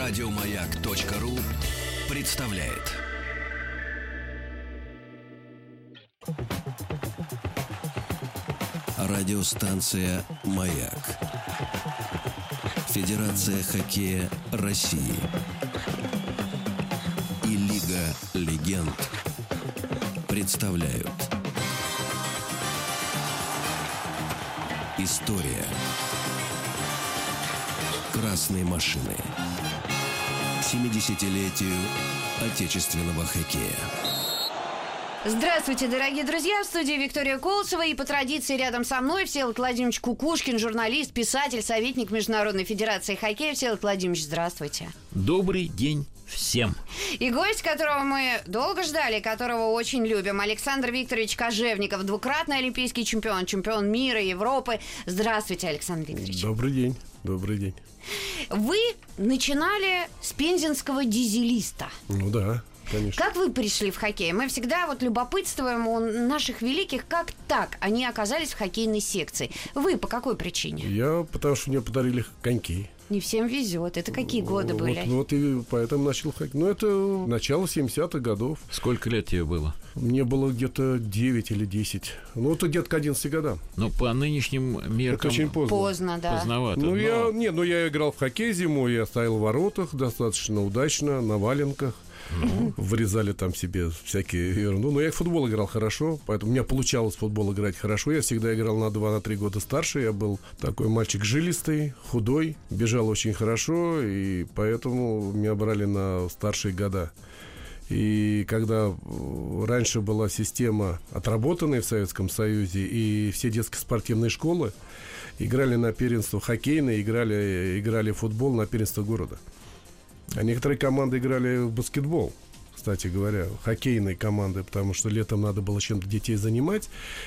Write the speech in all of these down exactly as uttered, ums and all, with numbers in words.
Радиомаяк.ру представляет. Радиостанция «Маяк». Федерация хоккея России и Лига легенд представляют. История красной машины. семидесятилетию отечественного хоккея. Здравствуйте, дорогие друзья, в студии Виктория Колосова, и по традиции рядом со мной Всеволод Владимирович Кукушкин, журналист, писатель, советник Международной Федерации хоккея. Всеволод Владимирович, здравствуйте. Добрый день всем. И гость, которого мы долго ждали, которого очень любим, Александр Викторович Кожевников, двукратный олимпийский чемпион, чемпион мира, Европы. Здравствуйте, Александр Викторович. Добрый день, добрый день. Вы начинали с пензенского дизелиста. Ну да. Конечно. Как вы пришли в хоккей? Мы всегда вот любопытствуем у наших великих, как так они оказались в хоккейной секции. Вы по какой причине? Я, потому что мне подарили коньки. Не всем везет. Это какие годы вот, были? Вот и поэтому начал хоккей. Ну, это начало семидесятых годов. Сколько лет тебе было? Мне было где-то девять или десять. Ну, это где-то к одиннадцати годам. Ну, по нынешним меркам... Это очень поздно. Поздно, да. Поздновато. Ну, но... я, не, ну, я играл в хоккей зимой, я стоял в воротах достаточно удачно, на валенках. Ну. Вырезали там себе всякие ерунду. Но я в футбол играл хорошо, поэтому у меня получалось в футбол играть хорошо. Я всегда играл на два-три года старше. Я был такой мальчик жилистый, худой, бежал очень хорошо, и поэтому меня брали на старшие года. И когда раньше была система, отработанная в Советском Союзе, и все детские спортивные школы играли на первенство хоккейное, играли, играли в футбол на первенство города. А некоторые команды играли в баскетбол, кстати говоря, хоккейные команды, потому что летом надо было чем-то детей занимать.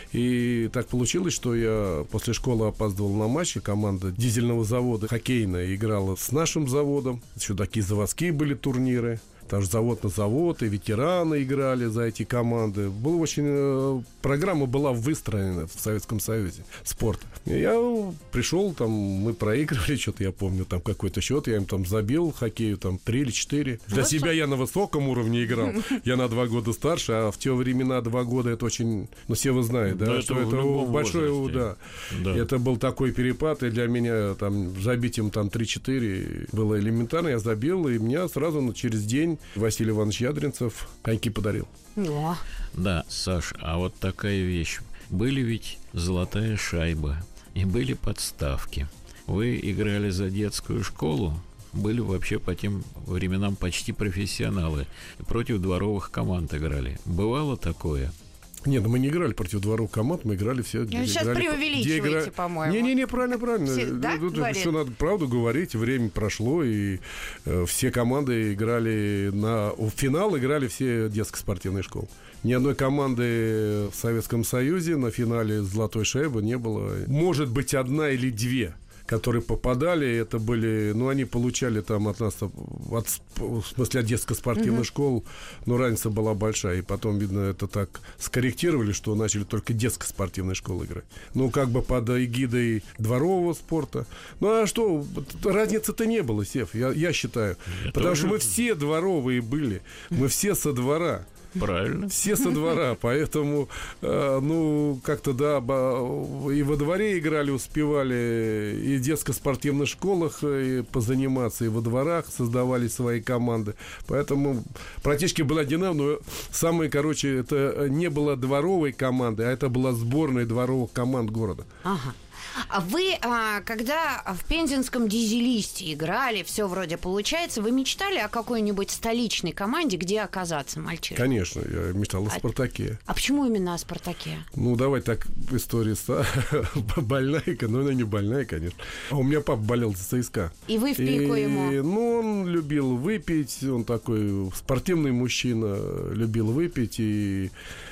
И так получилось, что я после школы опаздывал на матчи. Команда дизельного завода хоккейная играла с нашим заводом. Еще такие заводские были турниры. Там же завод на завод, и ветераны играли за эти команды. Было очень... Программа была выстроена в Советском Союзе спорта. И я пришел, там, мы проигрывали, что-то я помню, там какой-то счет, я им там забил хоккею, там, три или четыре. Для вот себя что? Я на высоком уровне играл. Я на два года старше, а в те времена два года это очень... Ну, все вы знаете, да? Что это большой... Да. Это был такой перепад, и для меня там забить им там три-четыре было элементарно. Я забил, и меня сразу через день Василий Иванович Ядринцев коньки подарил. О. Да, Саш, а вот такая вещь. Были ведь золотая шайба и были подставки. Вы играли за детскую школу, были вообще по тем временам почти профессионалы. Против дворовых команд играли. Бывало такое? Нет, ну мы не играли против дворовых команд, мы играли все... Вы сейчас играли, преувеличиваете, игра... по-моему. Не-не-не, правильно, правильно. Все, да, Тут все надо правду говорить, время прошло, и э, все команды играли на... В финал играли все детские спортивные школы. Ни одной команды в Советском Союзе на финале «Золотой шайбы» не было. Может быть, одна или две, которые попадали, это были, ну, они получали там от нас, от, в смысле, от детско-спортивных uh-huh. школ, но разница была большая, и потом, видно, это так скорректировали, что начали только детско-спортивные школы играть. Ну, как бы под эгидой дворового спорта. Ну, а что, разницы-то не было, Сев, я, я считаю. Я потому тоже... что мы все дворовые были, мы все со двора. Правильно. Все со двора, поэтому, э, ну, как-то, да, и во дворе играли, успевали, и в детско-спортивных школах и позаниматься, и во дворах создавали свои команды. Поэтому практически было одинаково, но самое, короче, это не было дворовой команды, а это была сборная дворовых команд города. Ага. А вы, а, когда в пензенском дизелисте играли, все вроде получается, вы мечтали о какой-нибудь столичной команде, где оказаться, мальчишка? Конечно, я мечтал о «Спартаке». А, а почему именно о «Спартаке»? Ну, давай так, история больная, но она не больная, конечно. А у меня папа болел за ЦСКА. И вы в пику ему? Ну, он любил выпить, он такой спортивный мужчина, любил выпить, и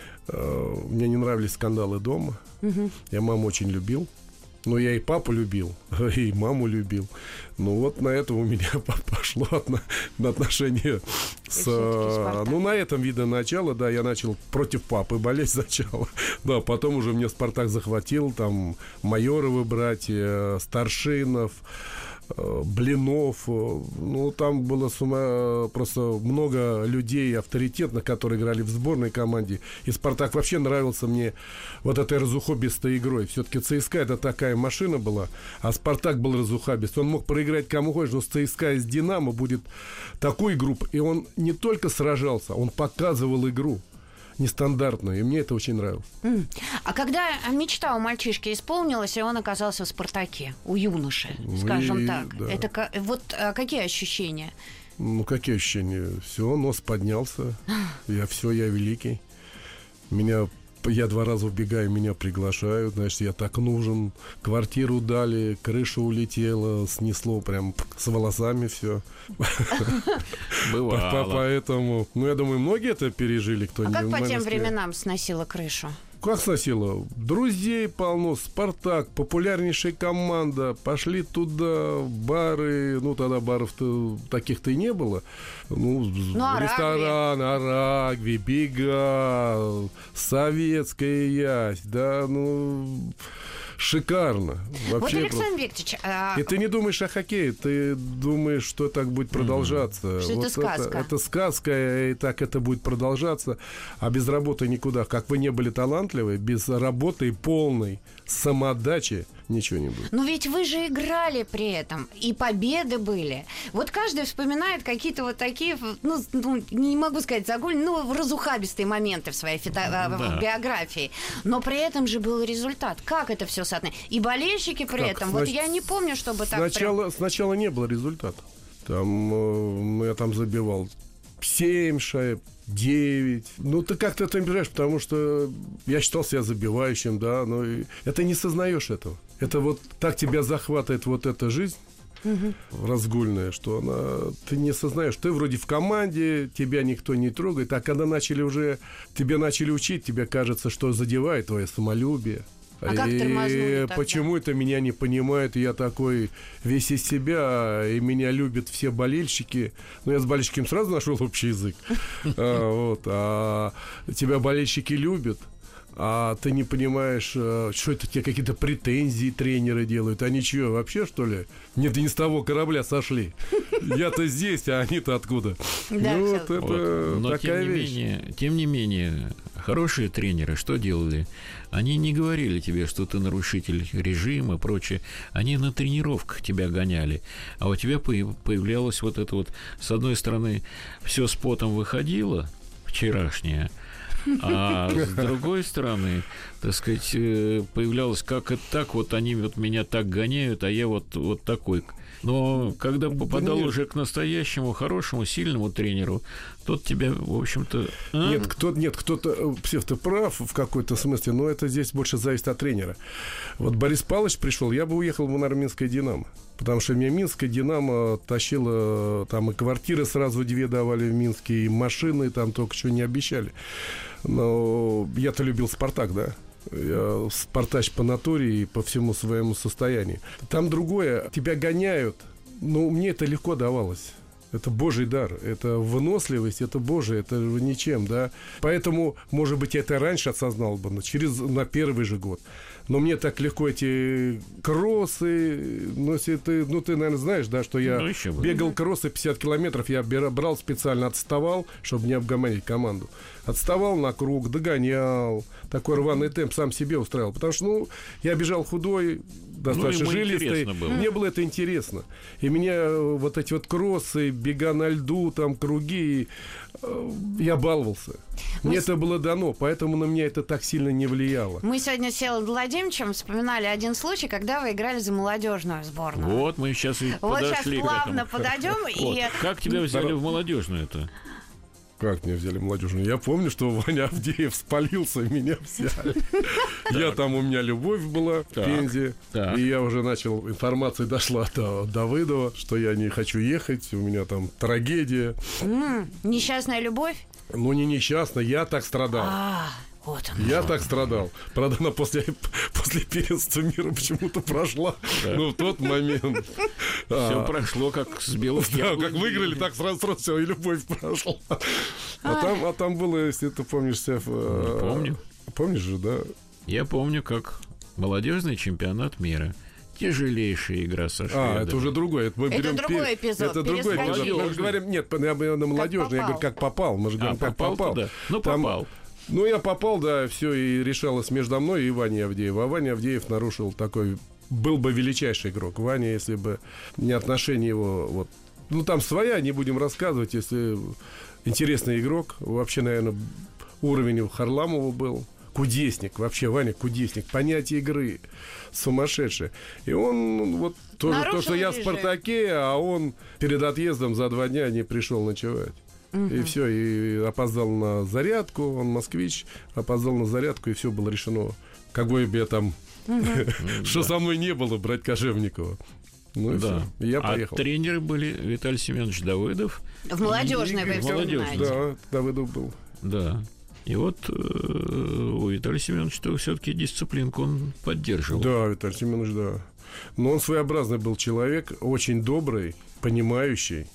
э, мне не нравились скандалы дома. Угу. Я маму очень любил. Ну, я и папу любил, и маму любил. Ну, вот на это у меня пошло на отношения с... Ну, на этом, видно, начало, да, я начал против папы болеть сначала. Да, потом уже мне «Спартак» захватил, там, Майоровы братья, Старшинов, блинов. Ну, там было сума... просто много людей авторитетных, которые играли в сборной команде. И «Спартак» вообще нравился мне вот этой разухабистой игрой. Все-таки ЦСКА это такая машина была, а «Спартак» был разухабист. Он мог проиграть кому хочешь, но с ЦСКА и с «Динамо» будет такой групп. И он не только сражался, он показывал игру нестандартную, и мне это очень нравилось. Mm. А когда мечта у мальчишки исполнилась, и он оказался в «Спартаке», у юноши, скажем и, так, да. это вот а какие ощущения? Ну, какие ощущения? Все, нос поднялся, я все, я великий. Меня, я два раза убегаю, меня приглашают, значит, я так нужен. Квартиру дали, крыша улетела, снесло прям с волосами все. Бывало. Поэтому, ну, я думаю, многие это пережили, кто А не как в по моей тем Москве. временам сносила крышу? Как сносило? Друзей полно, «Спартак», популярнейшая команда. Пошли туда, бары. Ну, тогда баров-то таких-то и не было. Ну, Ну, ресторан, Арагви, Бега, Советская Ясь. Да, ну, шикарно. Вот, Вообще Александр просто. Викторович, а, И ты не думаешь о хоккее, ты думаешь, что так будет продолжаться. Что это Вот сказка. Это, это сказка, и так это будет продолжаться. А без работы никуда. Как вы не были талантливы, без работы и полной самоотдачи ничего не будет. но ведь вы же играли при этом, и победы были. Вот каждый вспоминает какие-то вот такие, ну, ну не могу сказать загульные, ну, разухабистые моменты в своей фито- Да. в биографии. Но при этом же был результат. Как это все соотносится? И болельщики при Как? этом. Вот Снач- я не помню, чтобы так прям... Сначала, сначала не было результата. Там, э, ну, я там забивал семь шайб, девять. Ну, ты как-то это понимаешь, потому что я считал себя забивающим, да, но и это не сознаешь этого. Это вот так тебя захватывает вот эта жизнь разгульная, что она, ты не сознаешь. Ты вроде в команде, тебя никто не трогает, а когда начали уже, тебя начали учить, тебе кажется, что задевает твое самолюбие. А как И тормознули тогда? почему это меня не понимают, и я такой весь из себя, и меня любят все болельщики. Ну, я с болельщиками сразу нашел общий язык. А, вот, а тебя болельщики любят, а ты не понимаешь, что это тебе какие-то претензии тренеры делают. Они что, вообще, что ли? Нет, не с того корабля сошли. Я-то здесь, а они-то откуда? Да, Ну, всё. вот это Вот. Но такая тем не вещь. менее, тем не менее, хорошие тренеры что делали? Они не говорили тебе, что ты нарушитель режима и прочее. Они на тренировках тебя гоняли. А у тебя появ- появлялось вот это вот, с одной стороны, все с потом выходило, вчерашнее, а с другой стороны, так сказать, э, появлялось, как это так, вот они вот меня так гоняют, а я вот, вот такой. Но когда попадал нет. уже к настоящему, хорошему, сильному тренеру, тот тебя, в общем-то... а? Нет, кто, нет, кто-то, Псев, ты прав в какой-то смысле, но это здесь больше зависит от тренера. Вот Борис Павлович пришел, я бы уехал в, наверное, Минское «Динамо». Потому что мне Минское «Динамо» тащило, там и квартиры сразу две давали в Минске, и машины там только что не обещали. Но я-то любил «Спартак», да. Я спартач по натуре и по всему своему состоянию. Там другое, тебя гоняют, но мне это легко давалось. Это Божий дар, это выносливость, это Божие, это ничем, да. Поэтому, может быть, я это раньше осознал бы, но через, на первый же год. Но мне так легко эти кроссы, ну, если ты, ну, ты, наверное, знаешь, да, что я Ну, еще бы. бегал кроссы пятьдесят километров, я бера- брал специально, отставал, чтобы не обгомонить команду. Отставал на круг, догонял, такой рваный темп сам себе устраивал. Потому что, ну, я бежал худой, достаточно ему жилистый. интересно было. Мне было это интересно. И меня э, вот эти вот кроссы, бега на льду, там круги, э, я баловался. Мне Мы с- это было дано, поэтому на меня это так сильно не влияло. Мы сегодня с Всеволодом Владимировичем вспоминали один случай, когда вы играли за молодежную сборную. Вот мы сейчас и Вот сейчас подошли к плавно этому. подойдем Вот. и... Как тебя взяли в молодежную-то? Как меня взяли молодежную? Я помню, что Ваня Авдеев спалился, и меня взяли. Я там, у меня любовь была в Так, Пензе. так. И я уже начал, информация дошла до Давыдова, что я не хочу ехать, у меня там трагедия. М, несчастная любовь? Ну, не несчастно, я так страдал. А, вот он. Я так страдал. Правда, она после, после первенства мира почему-то прошла. Ну, в тот момент. Все А, прошло как с белых Да, яблок. как выиграли, так сразу, сразу все, и любовь прошла. А там, а там было, если ты помнишь, Сев, э, Помню. Помнишь же, да? Я помню, как молодежный чемпионат мира. тяжелейшая игра со шведами. А, это уже другое. Это, мы это берем другой пер... эпизод. Это другой эпизод. Мы же говорим, нет, я на молодежный, я говорю, как попал. Мы же говорим, а, как попал. попал. Туда. Ну, Там... попал. Ну, я попал, да, все, и решалось между мной и Ваней Авдеевым. А Ваня Авдеев нарушил такой... Был бы величайший игрок. Ваня, если бы не отношение его... Вот, ну, там своя, не будем рассказывать, если... Интересный игрок. Вообще, наверное, уровень у Харламова был. Кудесник. Вообще, Ваня кудесник. Понятие игры сумасшедшее. И он, ну, вот, тоже то, что я в «Спартаке», а он перед отъездом за два дня не пришел ночевать. Угу. И все, и опоздал на зарядку. Он москвич. Опоздал на зарядку, и все было решено. Какой бы я там... Что со мной не было, брать Кожевникова. Ну и да. все. И я поехал. А тренеры были Виталий Семенович Давыдов. В молодежной вы все знаете. Да, Давыдов был. Да. И вот э, у Виталия Семеновича все-таки дисциплинку он поддерживал. Да, Виталий Семенович, да. Но он своеобразный был человек, очень добрый, понимающий.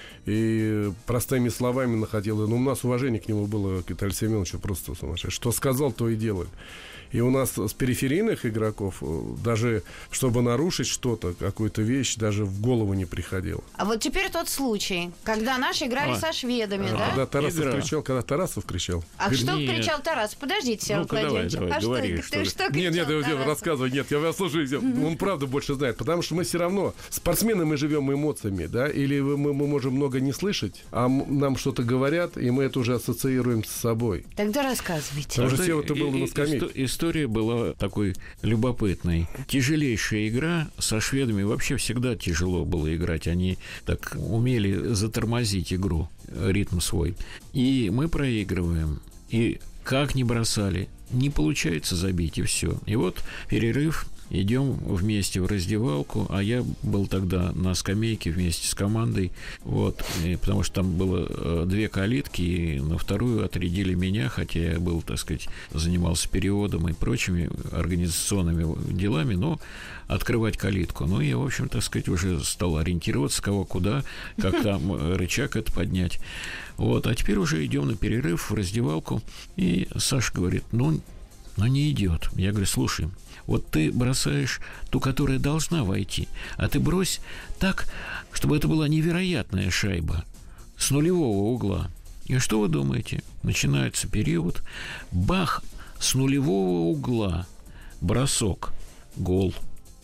И простыми словами находил. Но у нас уважение к нему было, к Виталию Семеновичу, просто сумасшедшее. Что сказал, то и делали. И у нас с периферийных игроков даже, чтобы нарушить что-то, какую-то вещь, даже в голову не приходило. А вот теперь тот случай, когда наши играли а. со шведами, а. да? Когда Тарасов Игра. кричал, когда Тарасов кричал. А Вернее... что кричал Тарасов? Подождите, Сергей ну Владимирович. Давай, давай, а говори, что, что, что кричал Нет, нет, Тарасов? рассказывай, нет, я вас слушаю. Он правда больше знает, потому что мы все равно, спортсмены, мы живем эмоциями, да, или мы, мы можем много не слышать, а нам что-то говорят, и мы это уже ассоциируем с собой. Тогда рассказывайте. Потому что все это было на скамейке. История была такой любопытной. Тяжелейшая игра со шведами. Вообще всегда тяжело было играть. Они так умели затормозить игру, ритм свой. И мы проигрываем. И как ни бросали, не получается забить, и все. И вот перерыв. Идем вместе в раздевалку, а я был тогда на скамейке вместе с командой, вот, и, потому что там было э, две калитки, и на вторую отрядили меня, хотя я был, так сказать, занимался переводом и прочими организационными делами, но открывать калитку. Ну, я, в общем, так сказать, уже стал ориентироваться, кого куда, как там рычаг это поднять. Вот, а теперь уже идем на перерыв в раздевалку, и Саша говорит, ну, ну не идет. Я говорю, слушай, вот ты бросаешь ту, которая должна войти, а ты брось так, чтобы это была невероятная шайба с нулевого угла. И что вы думаете? Начинается период, бах, с нулевого угла, бросок, гол.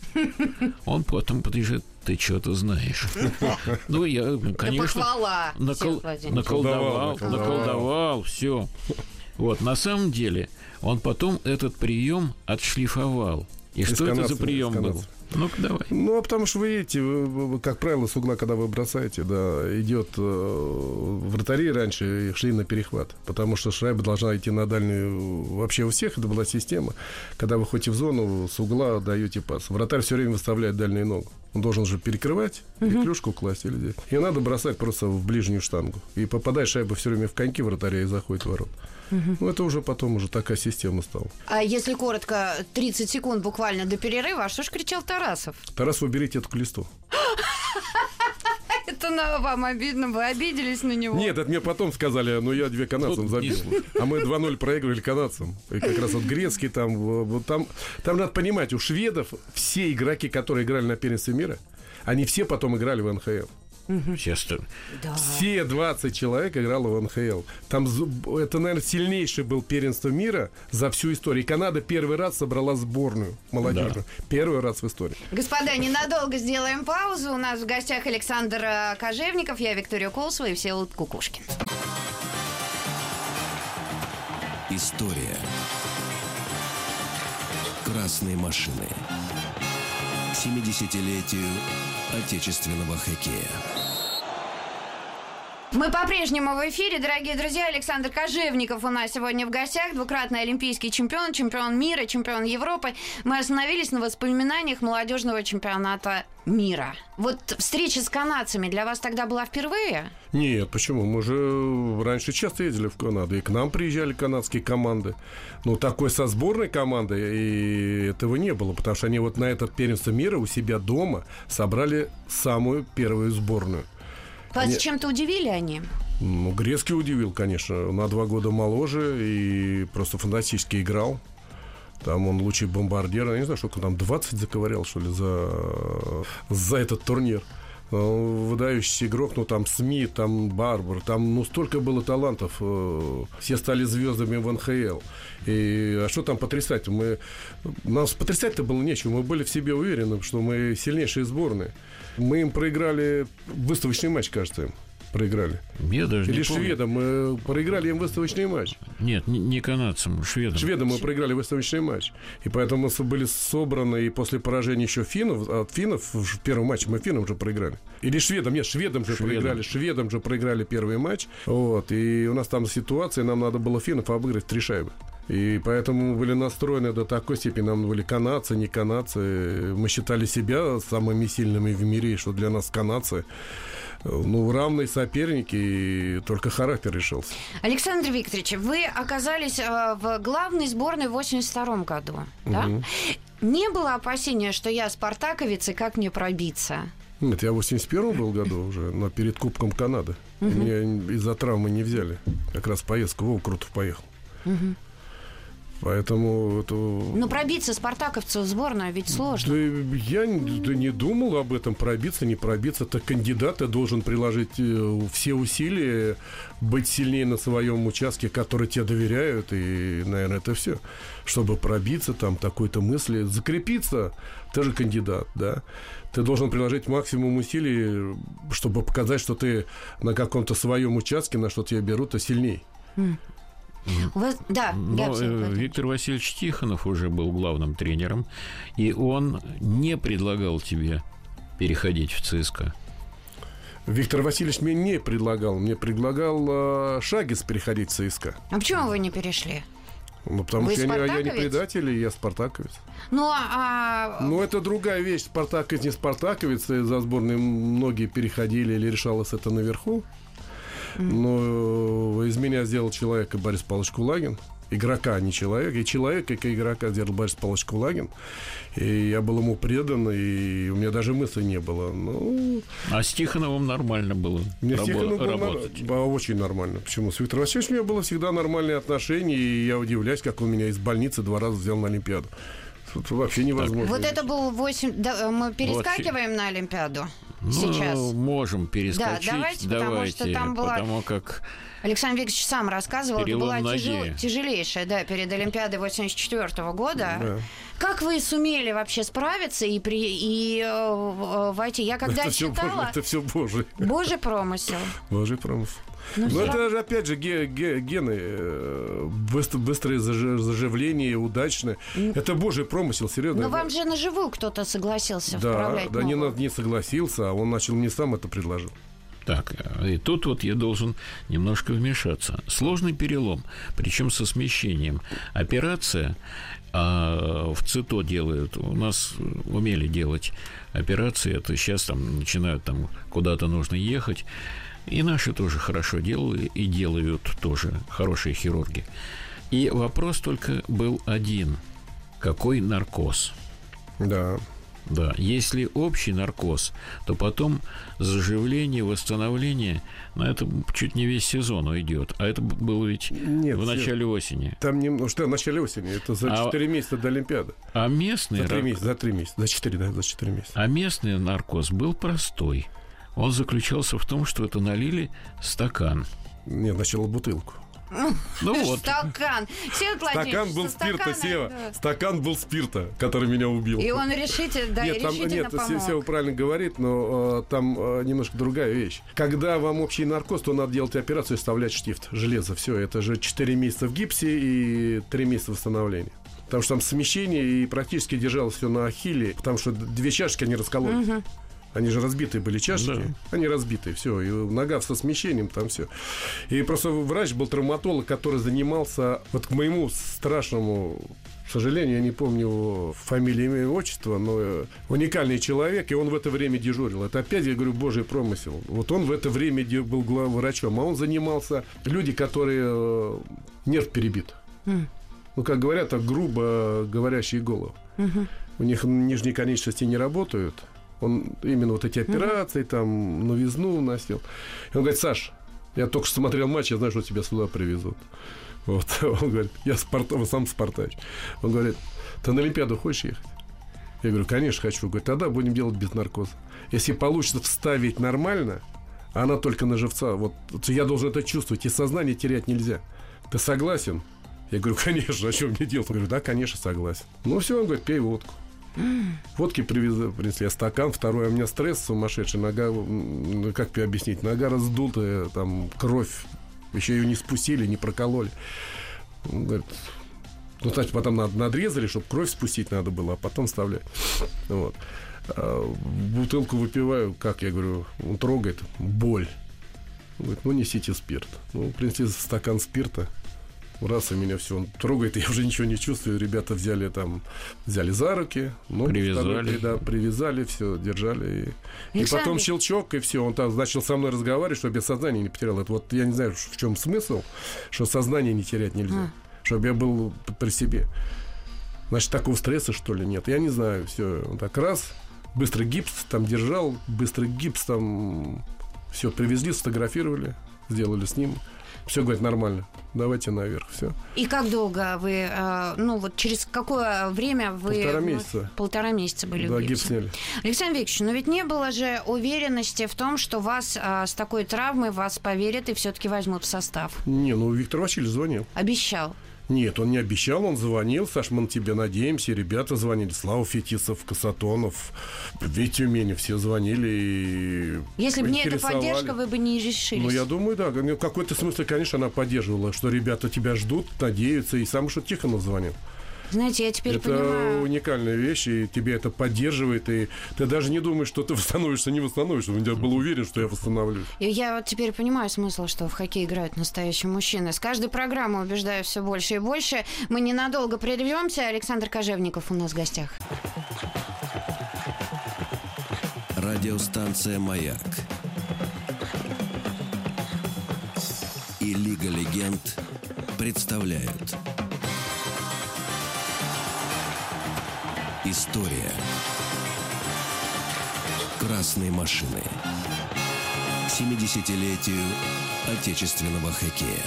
Он потом подъезжает, ты что-то знаешь. Ну, я, конечно, наколдовал, наколдовал, все. Вот, на самом деле, он потом этот прием отшлифовал. И что это за прием был? Ну-ка, давай. Ну, а потому что вы видите, вы, вы, как правило, с угла, когда вы бросаете, да, идет э, вратари раньше шли на перехват, потому что шайба должна идти на дальнюю. Вообще у всех это была система. Когда вы ходите в зону, с угла даете пас. Вратарь все время выставляет дальнюю ногу. Он должен же перекрывать, или uh-huh. клюшку класть, или здесь. И надо бросать просто в ближнюю штангу. И попадает шайба все время в коньки вратаря и заходит в ворот. Uh-huh. Ну, это уже потом уже такая система стала. А если коротко, тридцать секунд буквально до перерыва, а что ж кричал Тарасов? Тарасов, уберите эту листу. Это на вам обидно, вы обиделись на него. Нет, это мне потом сказали, но я две канадцам забил. А мы два ноль проигрывали канадцам. И как раз вот Грецкий там, вот там, там надо понимать, у шведов все игроки, которые играли на первенстве мира, они все потом играли в эн ха эл. Честно. Да. Все двадцать человек играло в эн ха эл. Там это, наверное, сильнейшее было первенство мира за всю историю. И Канада первый раз собрала сборную молодежную. Да. Первый раз в истории. Господа, ненадолго сделаем паузу. У нас в гостях Александр Кожевников, я Виктория Колосова и Всеволод Кукушкин. История красной машины. К семидесятилетию отечественного хоккея. Мы по-прежнему в эфире, дорогие друзья. Александр Кожевников у нас сегодня в гостях. Двукратный олимпийский чемпион, чемпион мира, чемпион Европы. Мы остановились на воспоминаниях молодежного чемпионата мира. Вот встреча с канадцами для вас тогда была впервые? Нет, почему? Мы же раньше часто ездили в Канаду, и к нам приезжали канадские команды. Ну, такой со сборной командой и этого не было, потому что они вот на этот первенство мира у себя дома собрали самую первую сборную. Вас они... чем-то удивили они? Ну, Грецкий удивил, конечно. На два года моложе и просто фантастически играл. Там он лучший бомбардир. Я не знаю, сколько там, двадцать заковырял, что ли, за, за этот турнир. Выдающийся игрок, ну, там Смит, там Барбар, там, ну, столько было талантов. Все стали звездами в эн ха эл. И, а что там потрясать? Мы, нас потрясать-то было нечего. Мы были в себе уверены, что мы сильнейшие сборные. Мы им проиграли выставочный матч, кажется, им. Проиграли. Я даже Или не помню. шведам. Мы проиграли им выставочный матч. Нет, не, не канадцам, шведам. Шведам мы проиграли выставочный матч. И поэтому мы были собраны, и после поражения еще финнов, от финнов в первом матче мы финнам же проиграли. Или шведам, нет, шведам же Шведам. проиграли. Шведам же проиграли первый матч. Вот, и у нас там ситуация, нам надо было финнов обыграть три шайбы. И поэтому мы были настроены до такой степени. Нам были канадцы, не канадцы. Мы считали себя самыми сильными в мире, что для нас канадцы, ну, равные соперники, и только характер решился. Александр Викторович, вы оказались э, в главной сборной в восемьдесят втором году, да? Угу. Не было опасения, что я спартаковец, и как мне пробиться? Нет, я в восемьдесят первом был году уже, но перед Кубком Канады. Угу. Меня из-за травмы не взяли. Как раз поездку Вова Крутов поехал. Угу. Поэтому это... Но пробиться спартаковцу в сборную ведь сложно. Да, я да не думал об этом, пробиться, не пробиться. Это кандидат, ты должен приложить все усилия, быть сильнее на своем участке, который тебе доверяют. И, наверное, это все. Чтобы пробиться, там, такой-то мысли, закрепиться, ты же кандидат, да. Ты должен приложить максимум усилий, чтобы показать, что ты на каком-то своем участке, на что тебя берут, а сильней. Mm. У вас... Да, но э, Виктор Васильевич Тихонов уже был главным тренером, и он не предлагал тебе переходить в ЦСКА. Виктор Васильевич мне не предлагал. Мне предлагал э, Шагис переходить в ЦСКА. А почему вы не перешли? Ну, потому Вы что я, я не спартаковец? предатель, и я спартаковец. Ну, а... Ну, это другая вещь. Спартаковец, не спартаковец. И за сборной многие переходили или решалось это наверху. Но из меня сделал человека Борис Павлович Кулагин. Игрока, а не человека. И человека, и игрока сделал Борис Павлович Кулагин. И я был ему предан, и у меня даже мысли не было. Ну, а с Тихоновым нормально было мне рабо- с Тихоновым было работать? нар- очень нормально. Почему? С Виктором Васильевичем у меня было всегда нормальные отношения, и я удивляюсь, как он меня из больницы два раза взял на Олимпиаду. Это вообще невозможно. Вот это был восемь... Да, мы перескакиваем вот. На Олимпиаду ну, сейчас. Можем перескочить. Да, давайте, давайте, потому что там была... Потому как... Александр Викторович сам рассказывал, это была тяжел... ноги. тяжелейшая, да, перед Олимпиадой восемьдесят четвёртого года. Да. Как вы сумели вообще справиться и, при... и э, войти? Я когда это читала... Все, это все Божий. Божий промысел. Божий промысел. Ну, Но все... это же, опять же, ге- ге- гены, быстро, быстрое заж- заживление, удачное. Это Божий промысел, серьезно. Но вам же на живую кто-то согласился да, вправлять да, ногу. не, не согласился, а он начал мне сам это предложил. Так, и тут вот я должен немножко вмешаться. Сложный перелом, причем со смещением. Операция а, в ЦИТО делают. У нас умели делать операции. Это сейчас там начинают там куда-то нужно ехать. И наши тоже хорошо делают и делают тоже хорошие хирурги. И вопрос только был один. Какой наркоз? Да. Да, если общий наркоз, то потом заживление, восстановление, на это чуть не весь сезон уйдет. А это было ведь Нет, в начале осени. Там не, ну что, в начале осени, это за четыре а, месяца до Олимпиады. А местный за три рак... месяца, за три месяца, за четыре, да, за четыре месяца. А местный наркоз был простой. Он заключался в том, что это налили стакан. Нет, сначала бутылку. Ну вот. Стакан. Стакан был спирта, Сева. Да. Стакан был спирта, который меня убил. И он решительно, да, нет, там, решительно нет, помог. Сева правильно говорит, но э, там э, немножко другая вещь. Когда вам общий наркоз, то надо делать операцию и вставлять штифт, железо. Все, это же четыре месяца в гипсе и три месяца восстановления. Потому что там смещение и практически держалось все на ахилле, потому что две чашки они раскололись. Угу. Они же разбитые были чашечки. Да. Они разбитые, все. И нога со смещением, там все. И просто врач был травматолог, который занимался, вот к моему страшному сожалению, я не помню его фамилию, имя и отчество, но уникальный человек, и он в это время дежурил. Это опять, я говорю, Божий промысел. Вот он в это время был главврачом, а он занимался люди, которые нерв перебит. Mm. Ну, как говорят, так грубо говорящие головы. Mm-hmm. У них нижние конечности не работают. Он именно вот эти операции, там, новизну носил. И он говорит: Саш, я только что смотрел матч, я знаю, что тебя сюда привезут. Вот, он говорит, я спорт... сам спартач. Он говорит, ты на Олимпиаду хочешь ехать? Я говорю, конечно, хочу. Он говорит, тогда будем делать без наркоза. Если получится вставить нормально, она только на живца. Вот я должен это чувствовать, и сознание терять нельзя. Ты согласен? Я говорю, конечно, а что мне делать? Он говорит, да, конечно, согласен. Ну все, он говорит, пей водку. Водки привезли, принесли я стакан, второй, а у меня стресс сумасшедший, нога, как тебе объяснить, нога раздутая, там кровь, еще ее не спустили, не прокололи. Он говорит, ну, значит, потом надо, надрезали, чтобы кровь спустить надо было, а потом вставлять. Вот. А бутылку выпиваю, как я говорю, он трогает, боль. Он говорит, ну, несите спирт. Ну, принесли стакан спирта. Раз, и меня все, он трогает, и я уже ничего не чувствую. Ребята взяли там, взяли за руки, ну, привязали, второй, да, привязали, все, держали. И, и потом щелчок, и все. Он там начал со мной разговаривать, чтобы я сознание не потерял. Это вот я не знаю, в чем смысл, что сознание не терять нельзя. А. Чтобы я был при себе. Значит, такого стресса, что ли, нет? Я не знаю, все. Он так раз, быстро гипс там держал, быстро гипс там, все, привезли, сфотографировали, сделали снимок. Все, говорит, нормально. Давайте наверх, все. И как долго вы, э, ну вот через какое время вы... Полтора месяца. Полтора месяца были да, в гипсе. гипс сняли. Александр Викторович, но ведь не было же уверенности в том, что вас э, с такой травмой вас поверят и все-таки возьмут в состав. Не, ну Виктор Васильевич звонил. Обещал. Нет, он не обещал, он звонил. Саш, мы на тебя надеемся. Ребята звонили. Слава Фетисов, Касатонов, Витя Тюмени. Все звонили и если бы не эта поддержка, вы бы не решились. Ну, я думаю, да. В какой-то смысле, конечно, она поддерживала, что ребята тебя ждут, надеются. И сам что Тихонов звонил. Знаете, я теперь это понимаю... Это уникальная вещь, и тебе это поддерживает, и ты даже не думаешь, что ты восстановишься, не восстановишься. Я был уверен, что я восстановлюсь. И я вот теперь понимаю смысл, что в хоккей играют настоящие мужчины. С каждой программой убеждаю все больше и больше. Мы ненадолго прервемся. Александр Кожевников у нас в гостях. Радиостанция «Маяк» и Лига легенд представляют История красной машины. семидесятилетию отечественного хоккея.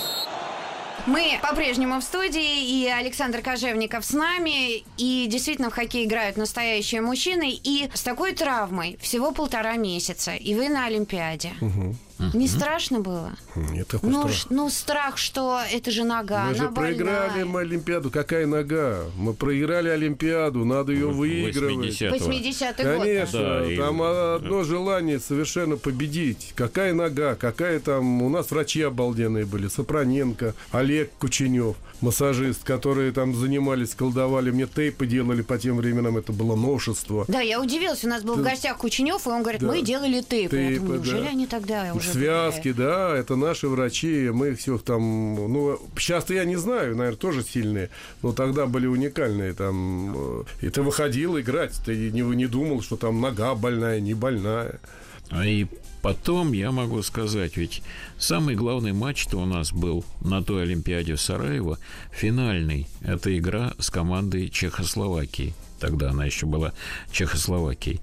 Мы по-прежнему в студии, и Александр Кожевников с нами. И действительно в хоккей играют настоящие мужчины. И с такой травмой всего полтора месяца. И вы на Олимпиаде. Угу. Не страшно было? Нет, такой ну, страх. Ш, ну, страх, что это же нога, мы она же проиграли больная. мы Олимпиаду. Какая нога? Мы проиграли Олимпиаду, надо ее выигрывать. восьмидесятый год. Конечно, да, там и... одно желание совершенно победить. Какая нога, какая там... У нас врачи обалденные были. Сапроненко, Олег Кученев, массажист, которые там занимались, колдовали. Мне тейпы делали по тем временам. Это было новшество. Да, я удивилась. У нас был Ты... в гостях Кученев, и он говорит, да. мы делали тейпы. тейпы я думаю, неужели да. они тогда уже... Связки, были? Да, это наши врачи. Мы их всех там... Ну, сейчас-то я не знаю, наверное, тоже сильные. Но тогда были уникальные. Там... И ты выходил играть. Ты не, не думал, что там нога больная, не больная. А и потом я могу сказать, ведь самый главный матч-то у нас был на той Олимпиаде в Сараево, финальный. Это игра с командой Чехословакии. Тогда она еще была Чехословакией.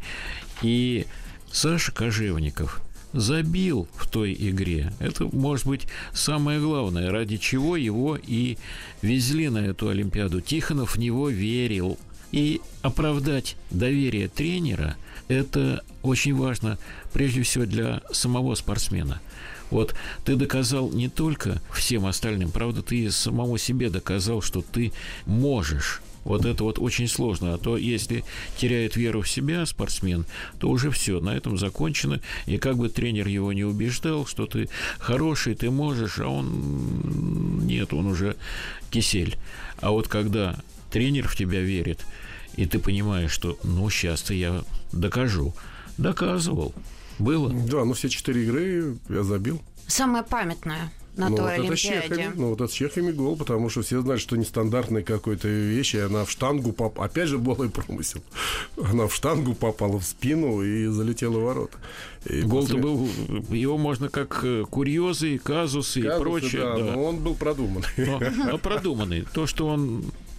И Саша Кожевников забил в той игре. Это, может быть, самое главное, ради чего его и везли на эту Олимпиаду. Тихонов в него верил. И оправдать доверие тренера – это очень важно, прежде всего, для самого спортсмена. Вот ты доказал не только всем остальным, правда, ты и самому себе доказал, что ты можешь. Вот это вот очень сложно. А то, если теряет веру в себя спортсмен, то уже все, на этом закончено. И как бы тренер его не убеждал, что ты хороший, ты можешь, а он... Нет, он уже кисель. А вот когда тренер в тебя верит, и ты понимаешь, что ну, сейчас-то я докажу. Доказывал. Было? Да, ну все четыре игры я забил. Самое памятное на ну, той вот Олимпиаде. Это с чехами, ну, вот это с чехами гол, потому что все знали, что нестандартная какой-то вещь, и она в штангу попала. Опять же, был и промысел. Она в штангу попала в спину и залетела в ворота. И гол-то после... был, его можно как курьезы, казусы, казусы и прочее. Да, да. Но он был продуманный. Но, но продуманный. То, что он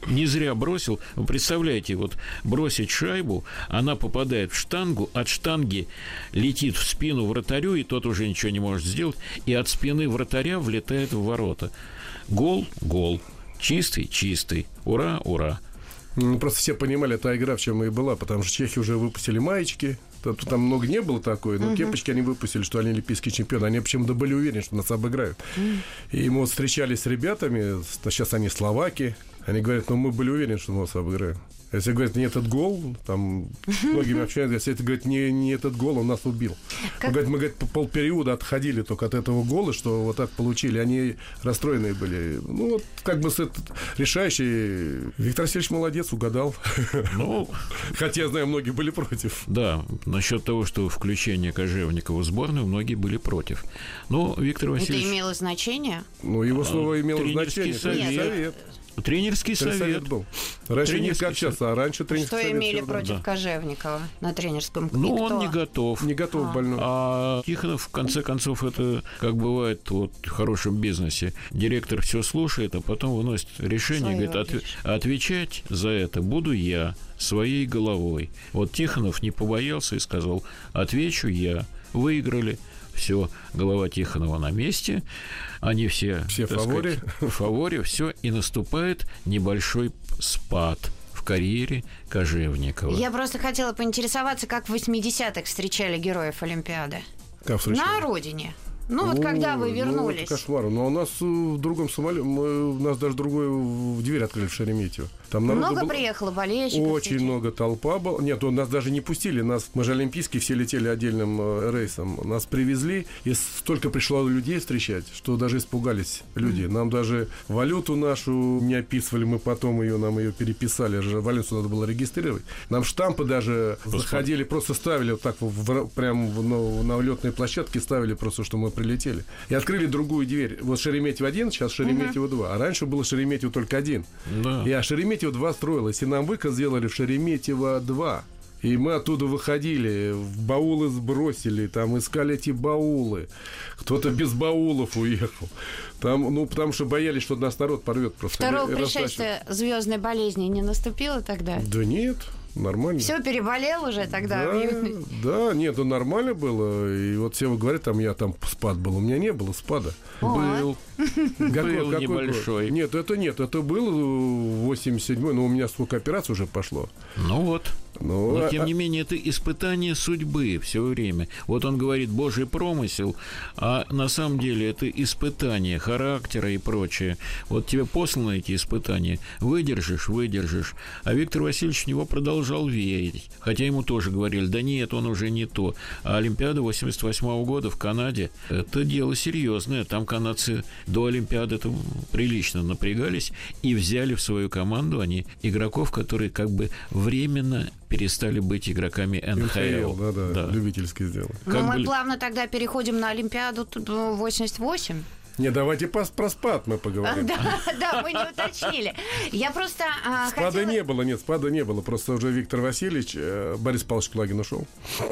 не зря бросил. Вы представляете, вот бросить шайбу, она попадает в штангу, от штанги летит в спину вратарю, и тот уже ничего не может сделать, и от спины вратаря влетает в ворота. Гол, гол. Чистый, чистый. Ура, ура. Ну, просто все понимали, та игра в чем и была, потому что чехи уже выпустили маечки. Там, там много не было такой, но uh-huh. кепочки они выпустили, что они олимпийские чемпионы. Они почему-то были уверены, что нас обыграют. Uh-huh. И мы вот встречались с ребятами, сейчас они словаки. Они говорят, ну мы были уверены, что мы нас обыграем. Если говорят, не этот гол, там многими общаются, если это говорит, не, не этот гол, он нас убил. Как... Говорят, мы говорит, полпериода отходили только от этого гола, что вот так получили. Они расстроенные были. Ну, вот как бы с этот решающий. Виктор Васильевич молодец, угадал. Ну, хотя, я знаю, многие были против. Да, насчет того, что включение Кожевникова в сборную, многие были против. Но Виктор Васильевич... Это имело значение? Ну, его слово имело Тренерский значение. совет. совет. Тренерский совет. совет был. Раньше тренерский не как сейчас, а раньше тренерский Что совет. имели всегда. против да. Кожевникова на тренерском? Ну, и он кто? не готов. Не готов, а. больной. А Тихонов, в конце концов, это, как бывает вот, в хорошем бизнесе, директор все слушает, а потом выносит решение, Своё говорит, от, отвечать за это буду я своей головой. Вот Тихонов не побоялся и сказал, отвечу я. Выиграли. Все, голова Тихонова на месте. Они все, все в фаворе. в фаворе, все, и наступает небольшой спад в карьере Кожевникова. Я просто хотела поинтересоваться, как в восьмидесятых встречали героев Олимпиады. Как встречали? На родине. Ну, вот когда вы вернулись. Ну, это кошмар. Но у нас в другом самолете, мы, у нас даже другую дверь открыли в Шереметьево. Там много было... приехало болельщиков? Очень встречали. Много толпа была. Нет, нас даже не пустили. Нас, мы же олимпийские, все летели отдельным э, рейсом. Нас привезли, и столько пришло людей встречать, что даже испугались люди. Mm-hmm. Нам даже валюту нашу не описывали, мы потом ее, нам ее переписали. Валюту надо было регистрировать. Нам штампы даже просто заходили, просто ставили вот так, в, прям на, на летной площадке ставили просто, что мы прилетели. И открыли другую дверь. Вот Шереметьево один, сейчас Шереметьево два. А раньше было Шереметьево только один. Да. И а Шереметьево два строилось. И нам выказ сделали в Шереметьево два. И мы оттуда выходили, в баулы сбросили, там искали эти баулы. Кто-то без баулов уехал. Там, ну, потому что боялись, что нас народ порвет просто. Второго пришествия звездной болезни не наступило тогда? Да нет. Нормально. Все переболел уже тогда? Да, да, нет, ну нормально было. И вот все говорят, там я там спад был. У меня не было спада. Был. Какой, был какой небольшой. Год? Нет, это нет, это был восемьдесят седьмой, но у меня сколько операций уже пошло. Ну вот. Ну, Но, а, тем не менее, это испытание судьбы все время. Вот он говорит, Божий промысел, а на самом деле это испытание характера и прочее. Вот тебе посланы эти испытания. Выдержишь, выдержишь. А Виктор Васильевич в него продолжал верить. Хотя ему тоже говорили, да нет, он уже не то. А Олимпиада восемьдесят восьмого года в Канаде – это дело серьезное. Там канадцы до Олимпиады прилично напрягались и взяли в свою команду они игроков, которые как бы временно перестали быть игроками эн ха эл. Да, да, да. Любительски сделали. Но мы бы... плавно тогда переходим на Олимпиаду восемьдесят восемь. Не, давайте про, про спад мы поговорим. Да, да, мы не уточнили. Я просто а, спада хотела... не было, нет, спада не было. Просто уже Виктор Васильевич, Борис Павлович Кулагин ушел.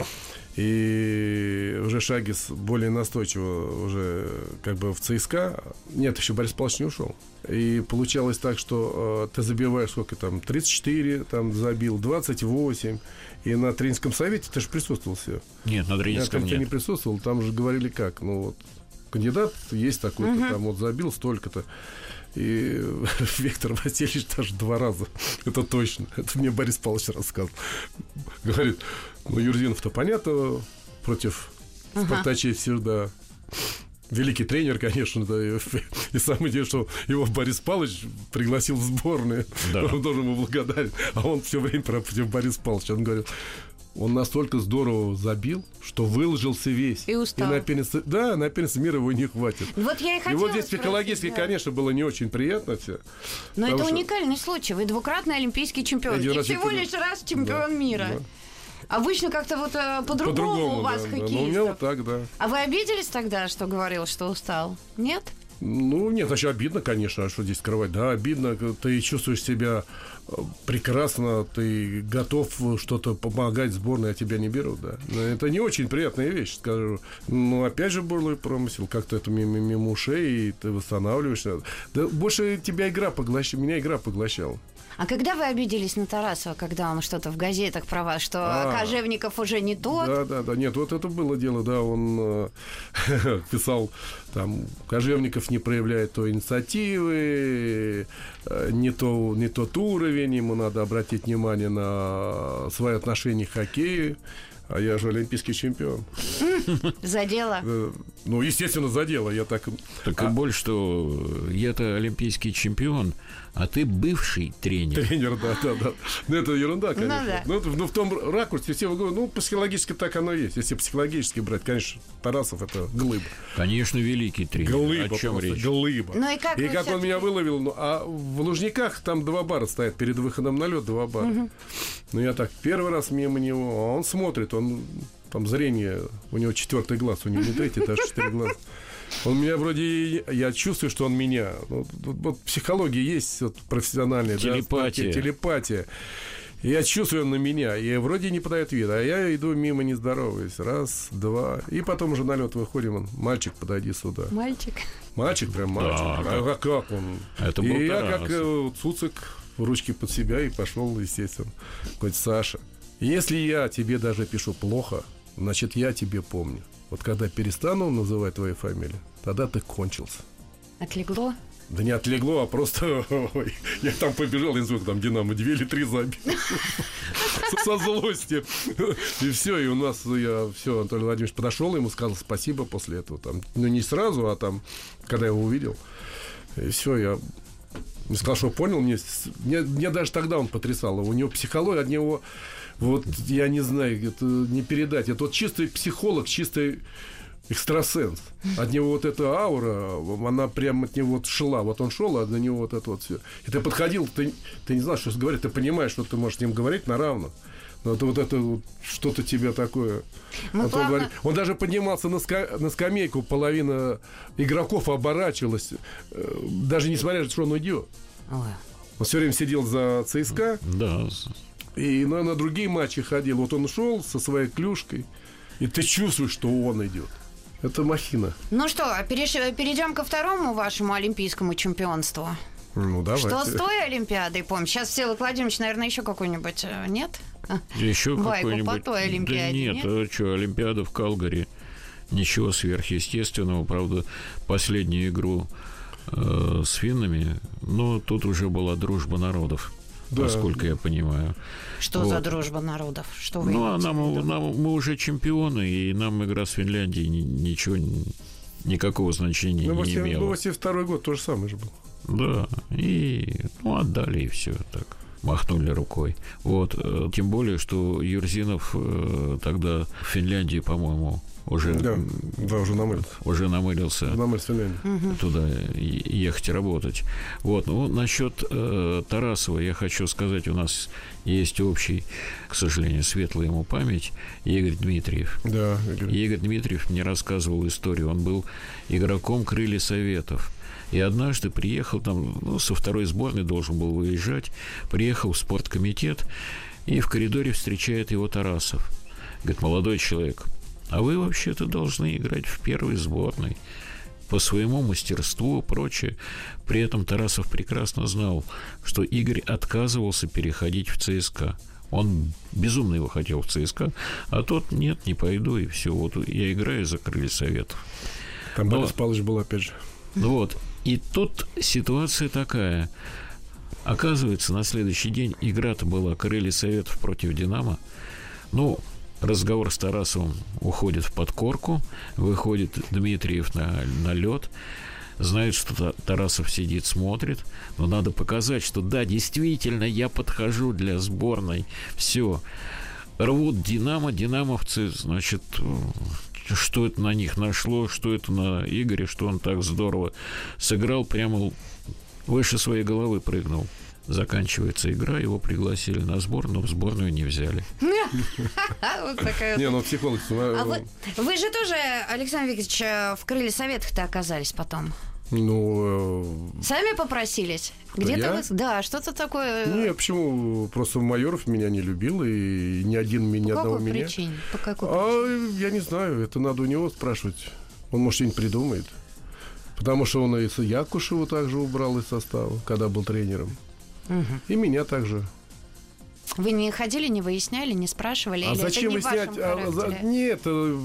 И уже Шагис более настойчиво уже как бы в ЦСКА. Нет, еще Борис Павлович не ушел. И получалось так, что э, ты забиваешь сколько там, тридцать четыре там забил, двадцать восемь. И на тренерском совете ты же присутствовал все. Нет, на тренерском нет. Я не присутствовал, там же говорили как. Ну вот, кандидат есть такой-то, uh-huh. там вот забил столько-то. И Виктор Васильевич даже два раза. Это точно. Это мне Борис Павлович рассказывал. Говорит, ну, Юрзинов-то понятно, против uh-huh. спартачей всегда. Великий тренер, конечно, да. И, и самое дело, что его Борис Павлович пригласил в сборную. Да. Он должен ему благодарен. А он все время против Бориса Павловича. Он говорил, он настолько здорово забил, что выложился весь. И устал. И на первенстве, да, на первенстве мира его не хватит. Вот я и хотела И вот здесь психологически, да. конечно, было не очень приятно все. Но это что... уникальный случай. Вы двукратный олимпийский чемпион. И всего лишь раз чемпион да, мира. Да. Обычно как-то вот э, по-другому, по-другому у вас да, хоккеистов. Да. Ну, у меня вот так, да. А вы обиделись тогда, что говорил, что устал? Нет? Ну, нет, значит, обидно, конечно, а что здесь скрывать? Да, обидно, ты чувствуешь себя прекрасно, ты готов что-то помогать сборной, а тебя не берут, да. Но это не очень приятная вещь, скажу. Ну, опять же, бурлый промысел, как-то это мимо, мимо ушей, и ты восстанавливаешься. Да больше тебя игра поглощала, меня игра поглощала. А когда вы обиделись на Тарасова, когда он что-то в газетах про вас, что А, Кожевников уже не тот? Да, да, да. Нет, вот это было дело, да, он э, писал, там, Кожевников не проявляет той инициативы, э, не, то, не тот уровень, ему надо обратить внимание на свои отношения к хоккею. А я же олимпийский чемпион. Задело? Ну, естественно, задело. Я так... Так и а... больше, что я-то олимпийский чемпион, а ты бывший тренер. Тренер, да, да, да. Ну, это ерунда, конечно. Ну, да. Ну, ну, в том ракурсе все говорят, ну, психологически так оно и есть. Если психологически брать, конечно, Тарасов — это глыба. Конечно, великий тренер. Глыба О чем просто, речь? глыба. Ну, и как, и как он меня выловил, ну, а в Лужниках там два бара стоят, перед выходом на лед два бара. Угу. Ну, я так первый раз мимо него, а он смотрит, он там зрение, у него четвертый глаз, у него не третий, даже четыре глаза. Он меня вроде, я чувствую, что он меня. Вот, вот, вот психология есть вот, профессиональная. Телепатия. Да, телепатия. И я чувствую, он на меня. И вроде не подает вид. А я иду мимо, не здороваюсь. Раз, два. И потом уже на лед выходим. Он, мальчик, подойди сюда. Мальчик. Мальчик, прям мальчик. Да, а как, как он? Это был и Тарас. Я как э, цуцик, ручки под себя и пошел, естественно. Говорит, Саша, если я тебе даже пишу плохо, значит, я тебе помню. Вот когда перестану называть твою фамилию, тогда ты кончился. Отлегло? Да не отлегло, а просто ой, я там побежал, я не знаю, там Динамо две или три забил. Со злости. И все, и у нас я все, Анатолий Владимирович подошел, ему сказал спасибо после этого. Там, ну, не сразу, а там, когда я его увидел. И все, я не сказал, что понял. Мне, мне, мне даже тогда он потрясал. У него психология, от него, вот я не знаю, это не передать. Это вот чистый психолог, чистый экстрасенс. От него вот эта аура, она прямо от него вот шла. Вот он шел, а на него вот это вот все. И ты подходил, ты, ты не знал, что говорить, ты понимаешь, что ты можешь с ним говорить на равных. Но это вот это вот что-то тебе такое. Он, плавно... он даже поднимался на, ска... на скамейку, половина игроков оборачивалась, даже несмотря на то, что он идет. Ой. Он все время сидел за ЦСКА. Да. И на, на другие матчи ходил. Вот он шел со своей клюшкой, и ты чувствуешь, что он идет. Это махина. Ну что, переш... перейдем ко второму вашему олимпийскому чемпионству. Ну, давайте. Что с той Олимпиадой, помню? Сейчас Всеволод Владимирович, наверное, еще какой-нибудь, нет? Еще Байку какой-нибудь. по той Олимпиаде, да нет, нет? А что, Олимпиада в Калгари. Ничего сверхъестественного. Правда, последнюю игру э, с финнами, но тут уже была дружба народов. Да. Насколько я понимаю. Что вот. За дружба народов? Что вы ну, а нам, нам, мы уже чемпионы, и нам игра с Финляндией ничего, никакого значения ну, не имела. Ну, восемьдесят второй год то же самое же был. Да, и ну, отдали, и все так. Махнули рукой. Вот. Тем более, что Юрзинов тогда в Финляндии, по-моему, уже, да, да, уже намылился. Уже намылился угу. туда ехать работать. Вот. Ну, насчет э, Тарасова я хочу сказать, у нас есть общий, к сожалению, светлая ему память, Игорь Дмитриев. Да, Игорь. Игорь Дмитриев мне рассказывал историю. Он был игроком «Крылья Советов». И однажды приехал там, ну, со второй сборной должен был выезжать, приехал в спорткомитет, и в коридоре встречает его Тарасов. Говорит, молодой человек, а вы вообще-то должны играть в первой сборной по своему мастерству и прочее. При этом Тарасов прекрасно знал, что Игорь отказывался переходить в ЦСКА. Он безумно его хотел в ЦСКА, а тот нет, не пойду, и все. Вот я играю за «Крылья Советов». Там Борис Павлович был опять же. Ну вот. И тут ситуация такая. Оказывается, на следующий день игра-то была «Крылья Советов» против «Динамо». Ну, разговор с Тарасовым уходит в подкорку. Выходит Дмитриев на, на лед. Знает, что Тарасов сидит, смотрит. Но надо показать, что да, действительно, я подхожу для сборной. Все. Рвут «Динамо», динамовцы, значит... Что это на них нашло, что это на Игоря, что он так здорово сыграл, прямо выше своей головы прыгнул. Заканчивается игра, его пригласили на сборную, но в сборную не взяли. Не, ну психолог... Вы же тоже, Александр Викторович, в «Крылья Советов»-то оказались потом. Ну... Сами попросились? Где-то вы... Да, что-то такое... Не, почему? Просто Майоров меня не любил, и ни один ни одного меня. По какой причине? По какой причине? А, я не знаю, это надо у него спрашивать. Он, может, что-нибудь придумает. Потому что он и Якушева также убрал из состава, когда был тренером. Угу. И меня также. Вы не ходили, не выясняли, не спрашивали? А или зачем это не выяснять? в вашем А, за... Нет,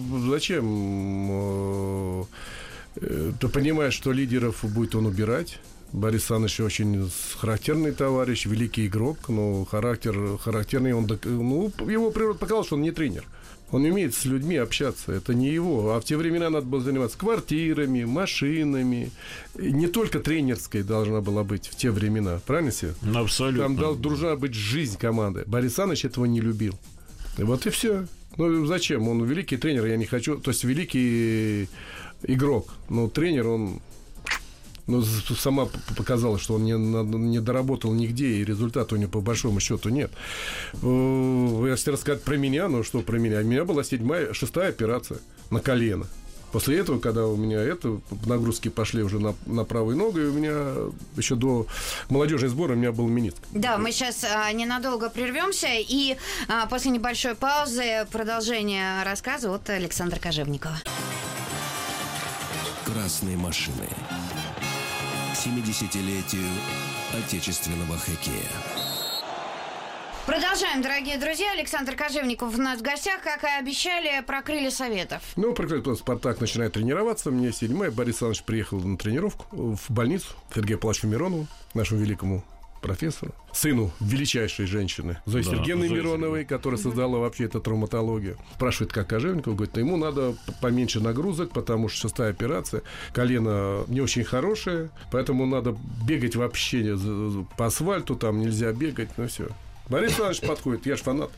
зачем? Ты понимаешь, что лидеров будет он убирать. Борис Саныч очень характерный товарищ, великий игрок, но характер характерный. Он, ну, его природа показала, что он не тренер. Он не умеет с людьми общаться. Это не его. А в те времена надо было заниматься квартирами, машинами. Не только тренерской должна была быть в те времена. Правильно себе? Абсолютно. Там должна быть жизнь команды. Борис Саныч этого не любил. И вот и все. Ну, зачем? Он великий тренер, я не хочу... То есть, великий игрок. Но тренер, он... Ну, сама показалось, что он не, не доработал нигде, и результата у него по большому счету нет. Если рассказать про меня, ну что про меня? У меня была седьмая, шестая операция на колено. После этого, когда у меня это, нагрузки пошли уже на, на правую ногу, и у меня еще до молодежной сбора у меня был мениск. Да, мы сейчас а, ненадолго прервемся, и а, после небольшой паузы продолжение рассказа от Александра Кожевникова. Красные машины. К семидесятилетию отечественного хоккея. Продолжаем, дорогие друзья. Александр Кожевников у нас в гостях. Как и обещали, про крылья Советов. Ну, прокрыл Спартак начинает тренироваться. Мне седьмая. Борис Александрович приехал на тренировку в больницу Сергею Павловичу Миронову, нашему великому профессору, сыну величайшей женщины Зои да, Сергеевны Зои Мироновой, которая создала вообще эту травматологию. Спрашивает, как Кожевников, говорит, ему надо поменьше нагрузок, потому что шестая операция, колено не очень хорошее, поэтому надо бегать вообще по асфальту, там нельзя бегать, ну все. Борис Иванович подходит, я ж фанат.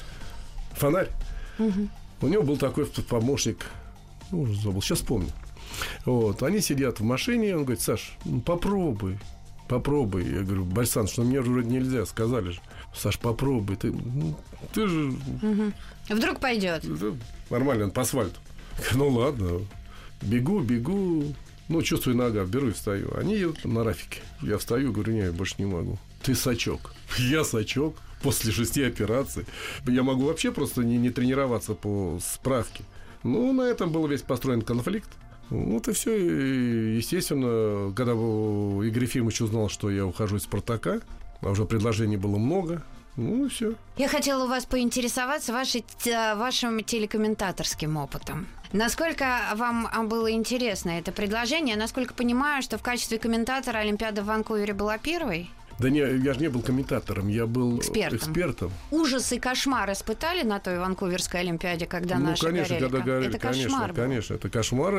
Фонарь. Угу. У него был такой помощник, ну, уже забыл, сейчас помню. Вот, они сидят в машине, он говорит, Саш, ну попробуй. Попробуй. Я говорю, Борис Александрович, ну мне же вроде нельзя, сказали же. Саш, попробуй. Ты, ну, ты же... Угу. Вдруг пойдет. Нормально, он по асфальту. Ну ладно. Бегу, бегу. Ну, чувствую нога, беру и встаю. Они едут на Рафике. Я встаю, говорю, не, я больше не могу. Ты сачок. Я сачок. После шести операций. Я могу вообще просто не, не тренироваться по справке. Ну, на этом был весь построен конфликт. Вот и все. И, естественно, когда Игорь Ефимович узнал, что я ухожу из «Спартака», а уже предложений было много, ну и все. Я хотела у вас поинтересоваться вашей, вашим телекомментаторским опытом. Насколько вам было интересно это предложение? Насколько понимаю, что в качестве комментатора Олимпиада в Ванкувере была первой? Да не, я же не был комментатором, я был экспертом. экспертом. Ужас и кошмар испытали на той Ванкуверской Олимпиаде, когда ну, наши конечно, горели? когда горели, это конечно, кошмар был. Конечно, это кошмар.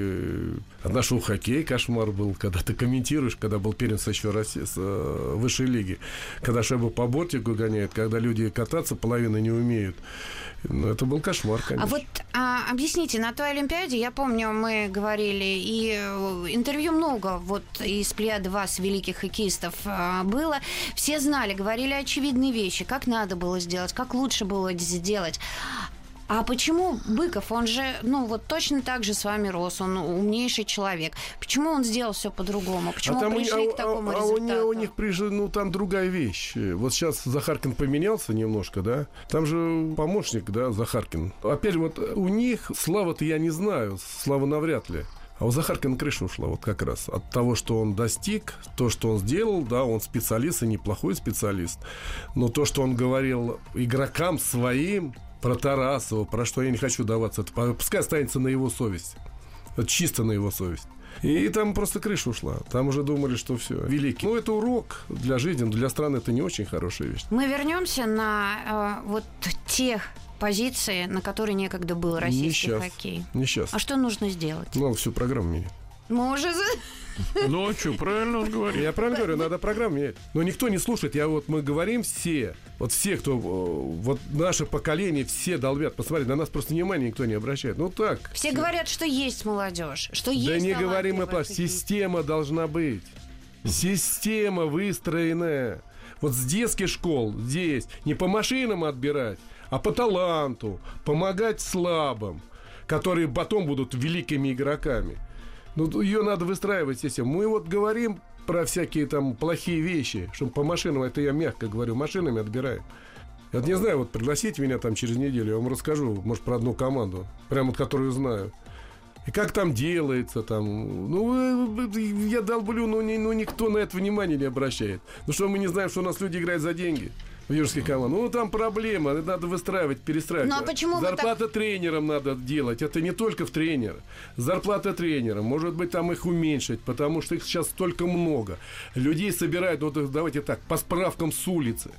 И от нашего хоккея кошмар был, когда ты комментируешь, когда был первенство еще России, с э, высшей лиги. Когда шайбу по бортику гоняют, когда люди кататься половина не умеют. Ну, это был кошмар, конечно. А вот а, объясните, на той Олимпиаде, я помню, мы говорили, и интервью много вот из плеяды вас, великих хоккеистов, было. Все знали, говорили очевидные вещи, как надо было сделать, как лучше было сделать. А почему Быков, он же, ну, вот точно так же с вами рос, он умнейший человек. Почему он сделал все по-другому? Почему а там пришли у, к такому а, результату? А у них пришли, ну, там другая вещь. Вот сейчас Захаркин поменялся немножко, да? Там же помощник, да, Захаркин. Опять же, вот у них слава-то я не знаю, слава навряд ли. А у Захаркина крыша ушла вот как раз от того, что он достиг, то, что он сделал, да, он специалист и неплохой специалист. Но то, что он говорил игрокам своим, про Тарасова, про что я не хочу даваться, это пускай останется на его совесть. Это чисто на его совесть. И там просто крыша ушла. Там уже думали, что все, великий. Ну, это урок для жизни, для страны это не очень хорошая вещь. Мы вернемся на э, вот тех позиции, на которые некогда был российский не хоккей. Не сейчас. А что нужно сделать? Ну, всю программу менять. Мы уже... Ну, а что, правильно он говорит. Я правильно говорю, надо программу менять. Но никто не слушает. Я вот, мы говорим все, вот все, кто, вот наше поколение, все долбят. Посмотрите, на нас просто внимания никто не обращает. Ну, так. Все говорят, что есть молодежь, что есть. Да не говорим мы про... Система должна быть. Система выстроенная. Вот с детских школ здесь не по машинам отбирать, а по таланту, помогать слабым, которые потом будут великими игроками. Ну, ее надо выстраивать, естественно. Мы вот говорим про всякие там плохие вещи, что по машинам, это я мягко говорю, машинами отбираем. Я вот не знаю, вот пригласите меня там через неделю, я вам расскажу, может, про одну команду, прямо вот которую знаю. И как там делается, там, ну, я долблю, но, ну, никто на это внимание не обращает. Ну что, мы не знаем, что у нас люди играют за деньги в юношеских командах? Ну, там проблема, надо выстраивать, перестраивать. Ну, а почему Зарплата так... тренерам надо делать, это не только в тренера. Зарплата тренерам, может быть, там их уменьшить, потому что их сейчас столько много. Людей собирают, вот давайте так, по справкам с улицы.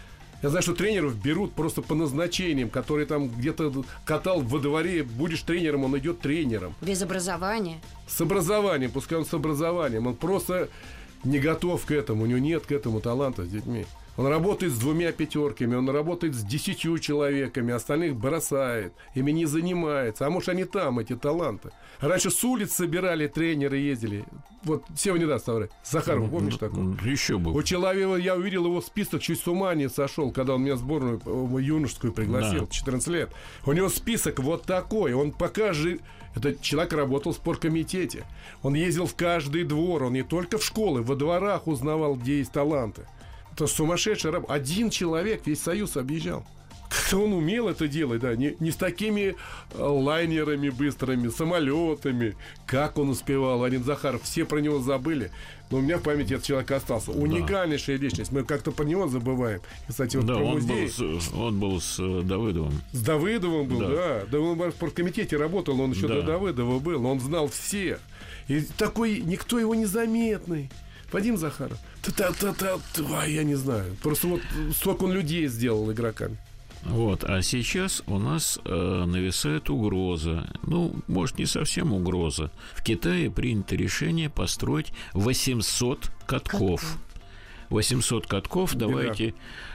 Я знаю, что тренеров берут просто по назначениям, который там где-то катал во дворе, будешь тренером, он идет тренером. Без образования. С образованием, пускай он с образованием. Он просто не готов к этому, у него нет к этому таланта с детьми. Он работает с двумя пятерками, он работает с десятью человеками, остальных бросает, ими не занимается. А может, они там, эти таланты. Раньше с улиц собирали, тренеры ездили. Вот сегодня, да, Ставры, Захаров, помнишь такого? Еще бы. У человека, я увидел его список, чуть с ума не сошел, когда он меня в сборную юношескую пригласил, да. четырнадцать лет. У него список вот такой, он пока же... Этот человек работал в спорткомитете. Он ездил в каждый двор, он не только в школы, во дворах узнавал, где есть таланты. Это сумасшедший раб. Один человек весь Союз объезжал. Как он умел это делать, да, не, не с такими лайнерами быстрыми, самолетами. Как он успевал, Леонид Захаров, все про него забыли. Но у меня в памяти этот человек остался. Уникальнейшая да. личность. Мы как-то про него забываем. Кстати, вот да, про он музей. Был с, он был с Давыдовым. С Давыдовым был, да. да. Да, он в спорткомитете работал, он еще да. до Давыдова был. Он знал всех. И такой, никто его незаметный. Вадим Захаров. Та-та-та-та, я не знаю. Просто вот сколько он людей сделал игроками. Вот, а сейчас у нас э, нависает угроза. Ну, может, не совсем угроза. В Китае принято решение построить восемьсот катков. восемьсот катков. Беда. Давайте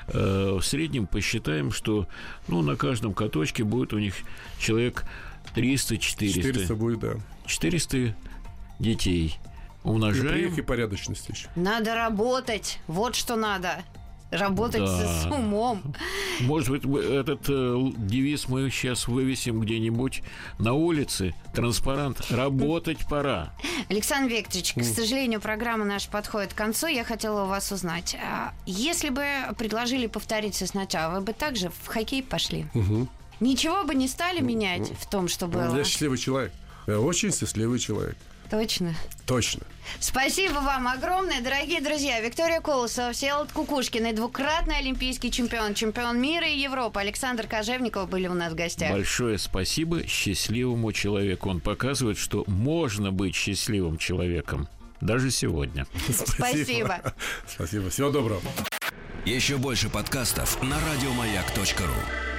э, в среднем посчитаем, что ну, на каждом каточке будет у них человек триста-четыреста. четыреста будет, да. четыреста детей. Умножаем. И порядочность еще. Надо работать. Вот что надо. Работать да. с умом. Может быть, этот э, девиз мы сейчас вывесим где-нибудь на улице. Транспарант. Работать пора. Александр Викторович, к сожалению, программа наша подходит к концу. Я хотела у вас узнать. Если бы предложили повторить все сначала, вы бы также в хоккей пошли? Угу. Ничего бы не стали менять в том, что было? Я счастливый человек. Я очень счастливый человек. Точно? Точно. Спасибо вам огромное, дорогие друзья. Виктория Колосова, Всеволод Кукушкин и двукратный олимпийский чемпион, чемпион мира и Европы Александр Кожевников были у нас в гостях. Большое спасибо счастливому человеку. Он показывает, что можно быть счастливым человеком. Даже сегодня. Спасибо. Спасибо. Всего доброго. Еще больше подкастов на радиомаяк точка ру.